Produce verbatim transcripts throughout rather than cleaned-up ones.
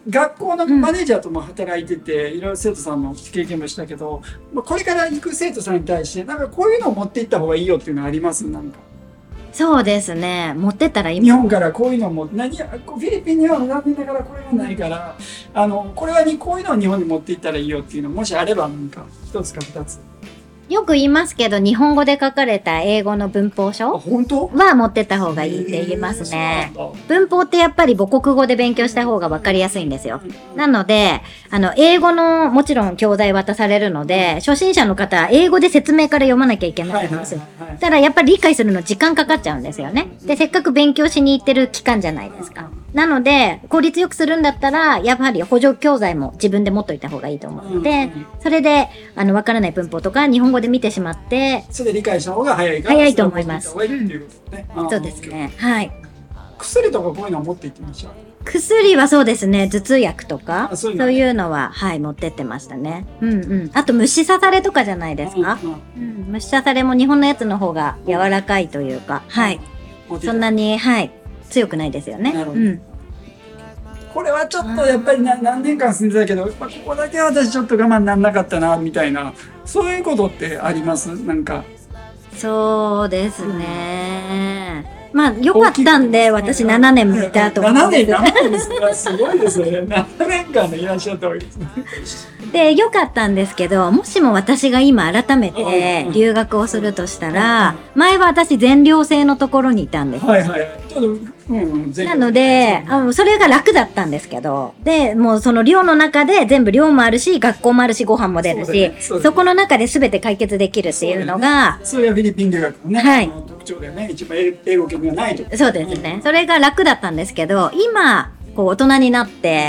学校のマネージャーとも働いてて、うん、いろいろ生徒さんの経験もしたけど、これから行く生徒さんに対してなんかこういうのを持っていった方がいいよっていうのはあります？なんかそうですね、持ってったらいい。 日本からこういうのも何フィリピンには残念ながらこれがないから、あのこれはにこういうのを日本に持っていったらいいよっていうのもしあればなんか一つか二つ。 よく言いますけど、日本語で書かれた英語の文法書は持ってった方がいいって言いますね。文法ってやっぱり母国語で勉強した方が分かりやすいんですよ。なので、あの、英語のもちろん教材渡されるので、初心者の方は英語で説明から読まなきゃいけないんですよ。ただやっぱり理解するの時間かかっちゃうんですよね。で、せっかく勉強しに行ってる期間じゃないですか。なので、効率よくするんだったら、やっぱり補助教材も自分で持っといた方がいいと思うので、それで、あの、わからない文法とか、日本語で見てしまって、 それで理解した方が早いから、 早いと思います。 そうですね。はい。 薬とかこういうのを持っていってみましょう。 薬はそうですね、頭痛薬とか、そういうの、そういうのは、はい、持ってってましたね。うんうん。あと、虫刺されとかじゃないですか。うんうんうん、虫刺されも日本のやつの方が柔らかいというか、はい。そんなに、はい。強くないですよね。なるほど。うん、 これはちょっとやっぱりな何年間住んでたけど、ここだけは私ちょっと我慢なんなかったなみたいな、そういうことってあります？なんか。 そうですね。うん、まあ良かったんで、私ななねんもいたと思うんです。 ななねん、ななねんですか？すごいですね。ななねんかんでいらっしゃったわけですね。 で、良かったんですけど、もしも私が今改めて留学をするとしたら、前は私全寮制のところにいたんです。 はいはい。うん、 なので、あ、それが楽だったんですけど、で、もうその寮の中で全部寮もあるし、学校もあるし、ご飯も出るし、そ, そ, そこの中で全て解決できるっていうのが、 そういうフィリピン留学のね、はい、特徴だよね。一番英語圏がないと。 そうですね。それが楽だったんですけど、今、こう大人になって、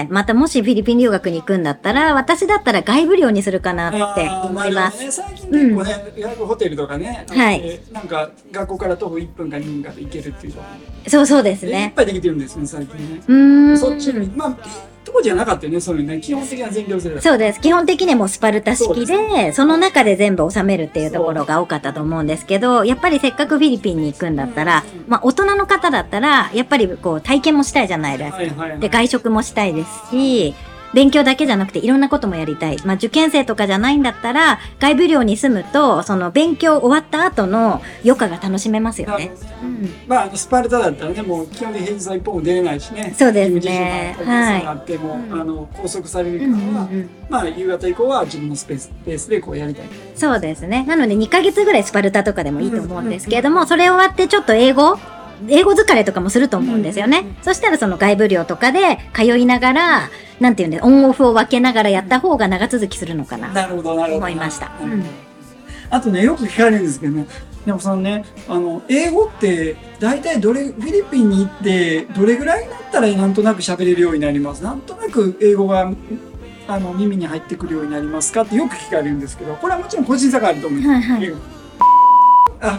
またもしフィリピン留学に行くんだったら、私だったら外部寮にするかなって思います。 ね、最近結構ね、うん、ホテルとかね、 はい、 なんか学校から徒歩いっぷんかにふんかで行けるっていうと。 そうそうですね。 いっぱいできてるんですね、最近ね。 うーん。 そっちに、まあ、当時はなかったよね、そういうね。基本的な全寮制だった。 そうです。基本的にもスパルタ式で、その中で全部収めるっていうところが多かったと思うんですけど、やっぱりせっかくフィリピンに行くんだったら、まあ大人の方だったら、やっぱりこう体験もしたいじゃないですか。はいはいはい、で、外食もしたいですし、勉強だけじゃなくていろんなこともやりたい。まあ受験生とかじゃないんだったら、外部寮に住むと、その勉強終わった後の余暇が楽しめますよね。 うん、まあスパルタだったらね、もう基本的に平日は一本も出れないしね。 そうですね。 はい。あっても、うん、あの拘束されるからは、うんうんうん、まあ夕方以降は自分のスペースペースでこうやりたい。 そうですね。なのでにかげつぐらいスパルタとかでもいいと思うんですけれども、それ終わってちょっと英語英語疲れとかもすると思うんですよね。うんうんうん、そしたらその外部寮とかで通いながら、なんていうんで、オンオフを分けながらやった方が長続きするのかな。 なるほど、なるほど。 思いました。うん、 あとね、よく聞かれるんですけどね、でもさんね、あの、英語って大体どれ、フィリピンに行ってどれぐらいになったらなんとなく喋れるようになります？なんとなく英語があの耳に入ってくるようになりますかってよく聞かれるんですけど、これはもちろん個人差があると思うんです。はいはい。あ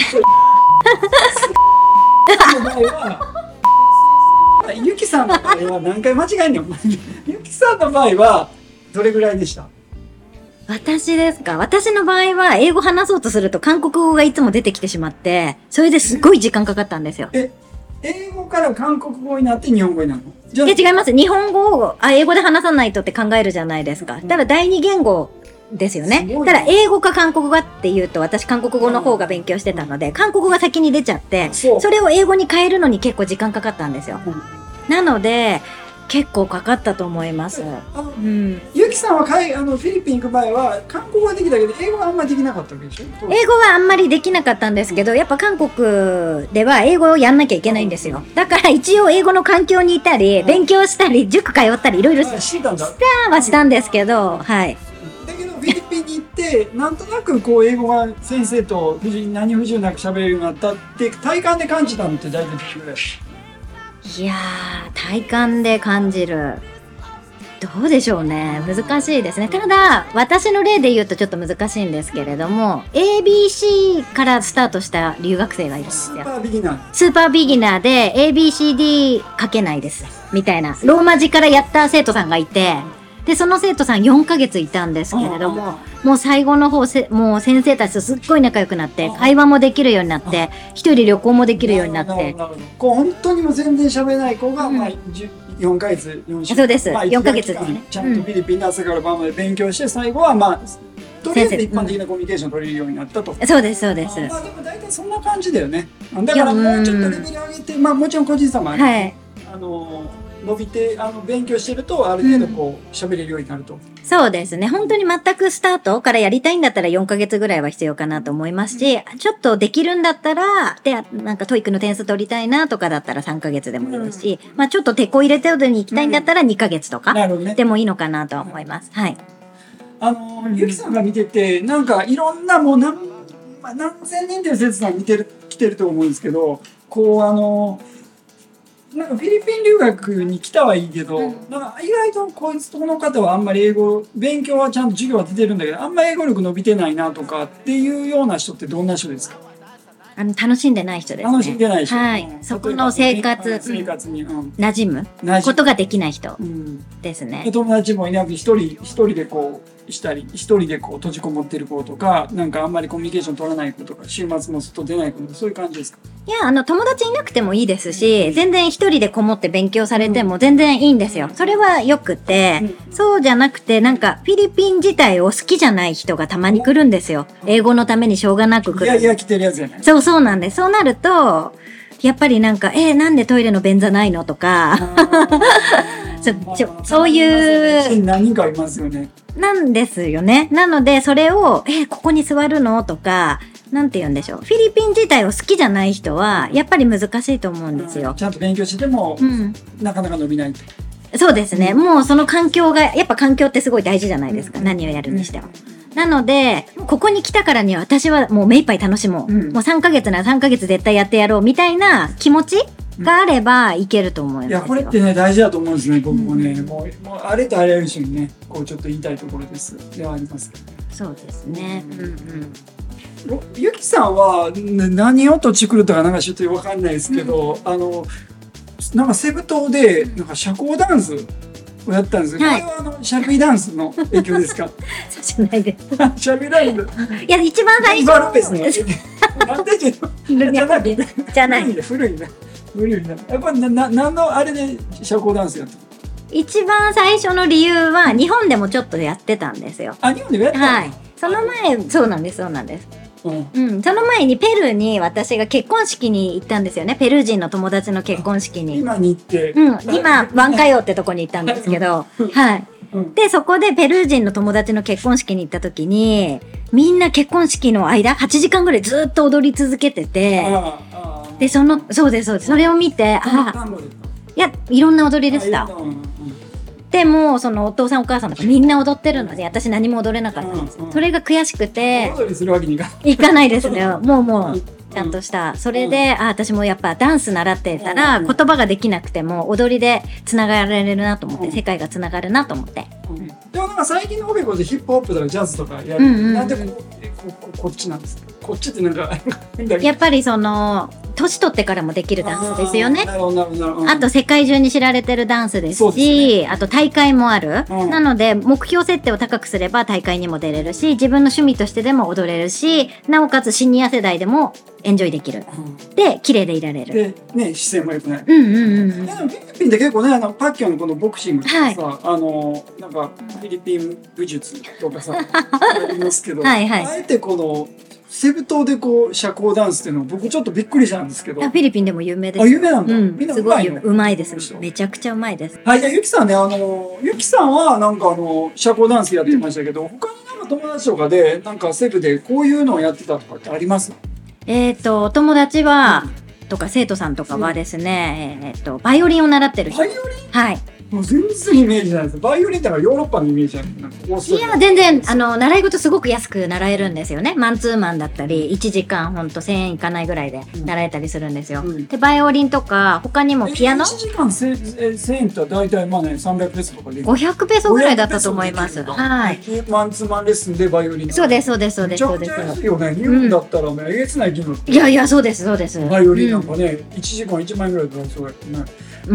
の場合は、ゆきさんの場合は何回間違えんの？ゆきさんの場合はどれぐらいでした？ 私ですか？私の場合は英語話そうとすると韓国語がいつも出てきてしまって、それですごい時間かかったんですよ。 え、英語から韓国語になって日本語になるの？ じゃあ違います。日本語をあ英語で話さないとって考えるじゃないですか。ただ第二言語ですよね。ただ英語か韓国語っていうと、私韓国語の方が勉強してたので、韓国語が先に出ちゃって、それを英語に変えるのに結構時間かかったんですよ。なので結構かかったと思います。 あの、うん、ゆきさんは海あのフィリピン行く場合は韓国語はできたけど英語はあんまりできなかったわけでしょ？ 英語はあんまりできなかったんですけど、やっぱ韓国では英語をやんなきゃいけないんですよ。だから一応英語の環境にいたり、勉強したり、塾通ったりいろいろしたはしたんですけど、はい。 だけどフィリピンに行ってなんとなくこう英語が先生と何不自由なく喋れるようになったって体感で感じたのって大体どれぐらい？ いやー、体感で感じる。どうでしょうね。難しいですね。ただ、私の例で言うとちょっと難しいんですけれども、エービーシー からスタートした留学生がいるんですよ。 スーパービギナー。 スーパービギナーで エービーシーディー 書けないです。みたいな。ローマ字からやった生徒さんがいて、で、その生徒さんよんかげついたんですけれども、もう最後の方せ、もう先生たちとすっごい仲良くなって、会話もできるようになって、一人旅行もできるようになって。 こう本当にも全然喋れない子が、うん、まあ、 よんかげつ、よんしゅうかん。 そうです。 まあ、 よんかげつですね。 ちゃんとフィリピンで朝から晩まで勉強して、最後はまあ、とりあえず一般的なコミュニケーションを取れるようになったと。 そうです、そうです。 まあでも大体そんな感じだよね。だからもうちょっとレベル上げて、まあもちろん個人差もある。はい。あの、伸びて、あの、勉強してると、ある程度こう、喋、うん、れるようになると。 そうですね。本当に全くスタートからやりたいんだったらよんかげつぐらいは必要かなと思いますし、うん、ちょっとできるんだったら、で、なんかトイックの点数取りたいなとかだったらさんかげつでもいいですし、うん、まあちょっと手こ入れ程度に行きたいんだったらにかげつとか、でもいいのかなとは思います。はい。 あの、ゆきさんが見てて、なんかいろんなもう何、まあ、何千人っていう説さん見てる、来てると思うんですけど、こうあの、なんかフィリピン留学に来たはいいけど、うん、なんか意外とこいつこの方はあんまり英語、勉強はちゃんと授業は出てるんだけど、あんまり英語力伸びてないなとかっていうような人ってどんな人ですか？ あの楽しんでない人ですね。 楽しんでない人。 はい。うん、そこの生活、 生活に、うん、 馴染むことができない人ですね。 うん、友達もいなく一人一人でこうしたり、一人でこう閉じこもってる子とか、なんかあんまりコミュニケーション取らない子とか、週末も外出ない子とか、そういう感じですか？ いや、あの友達いなくてもいいですし、うん、全然一人でこもって勉強されても全然いいんですよ。それはよくて、うん、そうじゃなくて、なんかフィリピン自体を好きじゃない人がたまに来るんですよ。英語のためにしょうがなく来る。 いやいや来てるやつじゃない。 そうそうなんです。そうなると、やっぱりなんか、えー、なんでトイレの便座ないのとか、そ, ちょそういう。 何人かいますよね。 なんですよね。なので、それを、えー、ここに座るのとか、なんて言うんでしょう。フィリピン自体を好きじゃない人は、やっぱり難しいと思うんですよ。 ちゃんと勉強しても、うん、なかなか伸びないと。 そうですね。もうその環境が、やっぱ環境ってすごい大事じゃないですか。うん、何をやるにしても。うん、なので、ここに来たからには私はもう目いっぱい楽しもう。うん、もうさんかげつならさんかげつ絶対やってやろうみたいな気持ちがあればいけると思いますよ。 いや、これってね、大事だと思うんですね、僕もね。うん、もう、もうあれとあらゆる人にね、こうちょっと言いたいところです。ではありますけどね。 そうですね。うんうん。 ゆきさんは、ね、何を土地来るとかなんかちょっとわかんないですけど、うん、あの、なんかセブ島で、なんか社交ダンスをやったんですよ。はい、これはあの、シャビダンスの影響ですか？ そうじゃないです。 シャビダンス。いや、一番最初。 バルペスの。なんでじゃなくて。 じゃない。 古いな。古いな。やっぱりな、な、何のあれで社交ダンスやったの？ 一番最初の理由は、日本でもちょっとやってたんですよ。 あ、日本でもやってたの？ はい。その前、そうなんです、そうなんです。うん、うん、その前にペルーに私が結婚式に行ったんですよね。ペルー人の友達の結婚式に。 今に行って。 うん、今、ワンカヨってとこに行ったんですけど、はい。うん、で、そこでペルー人の友達の結婚式に行った時に、みんな結婚式の間、はちじかんぐらいずっと踊り続けてて、ああで、その、そうです、そうです。それを見て、あ、いや、いろんな踊りでした。でも、そのお父さんお母さんとかみんな踊ってるので、私何も踊れなかったんです。うんうん、それが悔しくて、 踊りするわけにいかない。 いかないですね。もうもう、ちゃんとした。それで、あ、私もやっぱダンス習ってたら、言葉ができなくても踊りでつながられるなと思って、世界がつながるなと思って。 うん、でもなんか最近のオベコでヒップホップとかジャズとかやる。うんうん、なんでこここっちなんですか？こっちってなんかやっぱりその年取ってからもできるダンスですよね。 なるほどなるほど、うん、 あと世界中に知られてるダンスですし、ね、あと大会もある、うん、なので目標設定を高くすれば大会にも出れるし、自分の趣味としてでも踊れるし、なおかつシニア世代でもエンジョイできる、うん、で綺麗でいられるでね、姿勢も良くない。 うんうんうん。 いやでもフィリピンって結構ね、あのパッキョのこのボクシングとかさ、はい、あのなんかフィリピン武術とかさありますけど、はい、はい、あえてこのセブ島でこう社交ダンスっていうのは僕ちょっとびっくりしたんですけど。 フィリピンでも有名です。 あ、有名なんだ。 うん、 みんなうまいの。うまいです。めちゃくちゃうまいです。 はい、じゃあゆきさんね、あのゆきさんはなんかあの社交ダンスやってましたけど、うん、他になんか友達とかでなんかセブでこういうのをやってたとかってあります？ えっと友達は、うん、とか生徒さんとかはですね、うん、えっとバイオリンを習ってる人。 バイオリン？ はい。 もう全然イメージないです。バイオリンってのはヨーロッパのイメージなんですか？ いや全然あの習い事すごく安く習えるんですよね。マンツーマンだったりいちじかんほんとせんえんいかないぐらいで習えたりするんですよ、うん、でバイオリンとか他にもピアノいちじかんせんえんって大体まあねさんびゃくペソとかでごひゃくペソぐらいだったと思います。はい。 マンツーマンレッスンでバイオリン。 そうですそうですそうですそうです。 めちゃくちゃ安いよね。日本だったらねえげつない金額。 いやいやそうですそうです。 バイオリンなんかね、うん、いちじかんいちまんえんぐらいだったらそうやってね。 うん、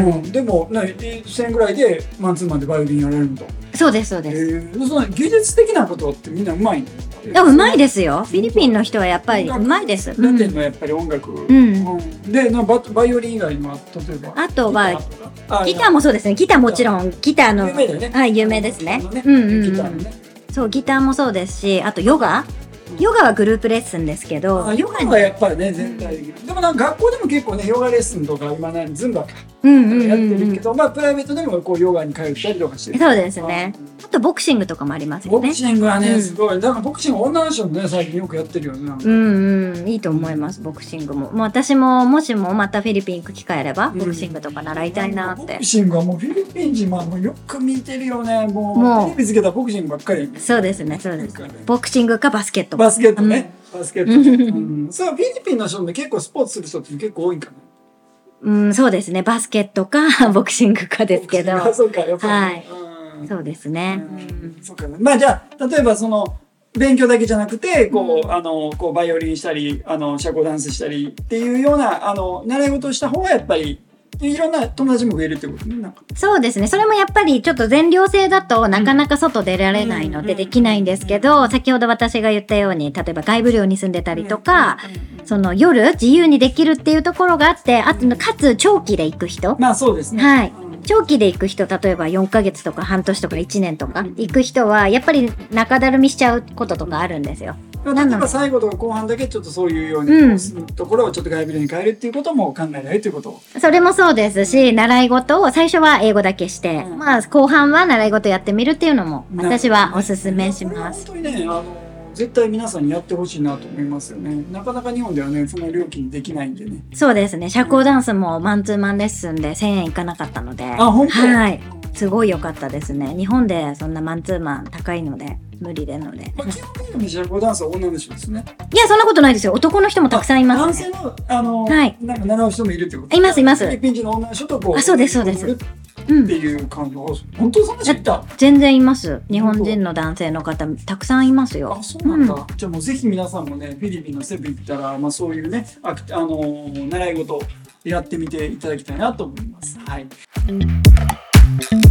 うん、でもせんえんぐらいでマンツーマンでバイオリンやられるんだ。 そうですそうです、 えー、その技術的なことってみんなうまいの？ いやうまいですよ。フィリピンの人はやっぱりうまいです。 ラテンのやっぱり音楽、うんうん、でなババイオリン以外には例えばあとはギターもそうですね。ギターもちろんギターの有名だよね。 はい有名ですね。うんうん、うん、ギターね。そうギターもそうですし、あとヨガ。ヨガはグループレッスンですけど、 あヨガはやっぱりね全体的にでもなんか学校でも結構ねヨガレッスンとか今何ズンバかやってるけど、まあプライベートでもこうヨガに通ったりとかしてる。 そうですね。あとボクシングとかもありますよね。 ボクシングはね、うん、すごいだからボクシング女の人もね最近よくやってるよね。 うんうんいいと思います。ボクシングも。もう私ももしもまたフィリピン行く機会あれば、うん、ボクシングとか習いたいなって。 ボクシングはもうフィリピン人はもうよく見てるよね。もうもうテレビつけたらボクシングばっかり。 そうですねそうです。ボクシングかバスケット。 バスケットね。うん、バスケット、うん、そうフィリピンの人も結構スポーツする人って結構多いんかな。 うん、そうですね。バスケットかボクシングかですけど。 あ、そうか、やっぱり。 はい。うん、そうですね。 うん、そうか。まあじゃあ例えばその勉強だけじゃなくてこう、うん、あのこうバイオリンしたりあの社交ダンスしたりっていうようなあの習い事をした方がやっぱり。いろんな友達も増えるってことね。なんかそうですね。それもやっぱりちょっと全寮制だとなかなか外出られないのでできないんですけど、先ほど私が言ったように例えば外部寮に住んでたりとか、その夜自由にできるっていうところがあって、あとかつ長期で行く人、 まあそうですね。 はい。長期で行く人、例えばよんかげつとか半年とかいちねんとか行く人はやっぱり中だるみしちゃうこととかあるんですよ。 例えば最後とか後半だけちょっとそういうようにするところをちょっと外部寮に変えるっていうことも考えられるということ。 それもそうですし、習い事を最初は英語だけして、うん、まあ後半は習い事やってみるっていうのも私はおすすめします。 本当にね、あの絶対皆さんにやってほしいなと思いますよね。なかなか日本ではねその料金できないんでね。 そうですね。社交ダンスもマンツーマンレッスンでせんえんいかなかったので、 あ本当？ はい。すごい良かったですね。日本でそんなマンツーマン高いので無理なので。 まあ、基本的に社交ダンスは女の人ですね。 いやそんなことないですよ。男の人もたくさんいますね。男性のあの、はい、なんか習う人もいるってこと。 いますいます。 フィリピン人の女の人とこう。 あそうですそうです。 っていう感じ、うん、本当そんな人いた？ 全然います。日本人の男性の方たくさんいますよ。 あそうなんだ、うん、じゃあもうぜひ皆さんもねフィリピンのセブン行ったら、まあ、そういうねあ、あのー、習い事やってみていただきたいなと思います。はい。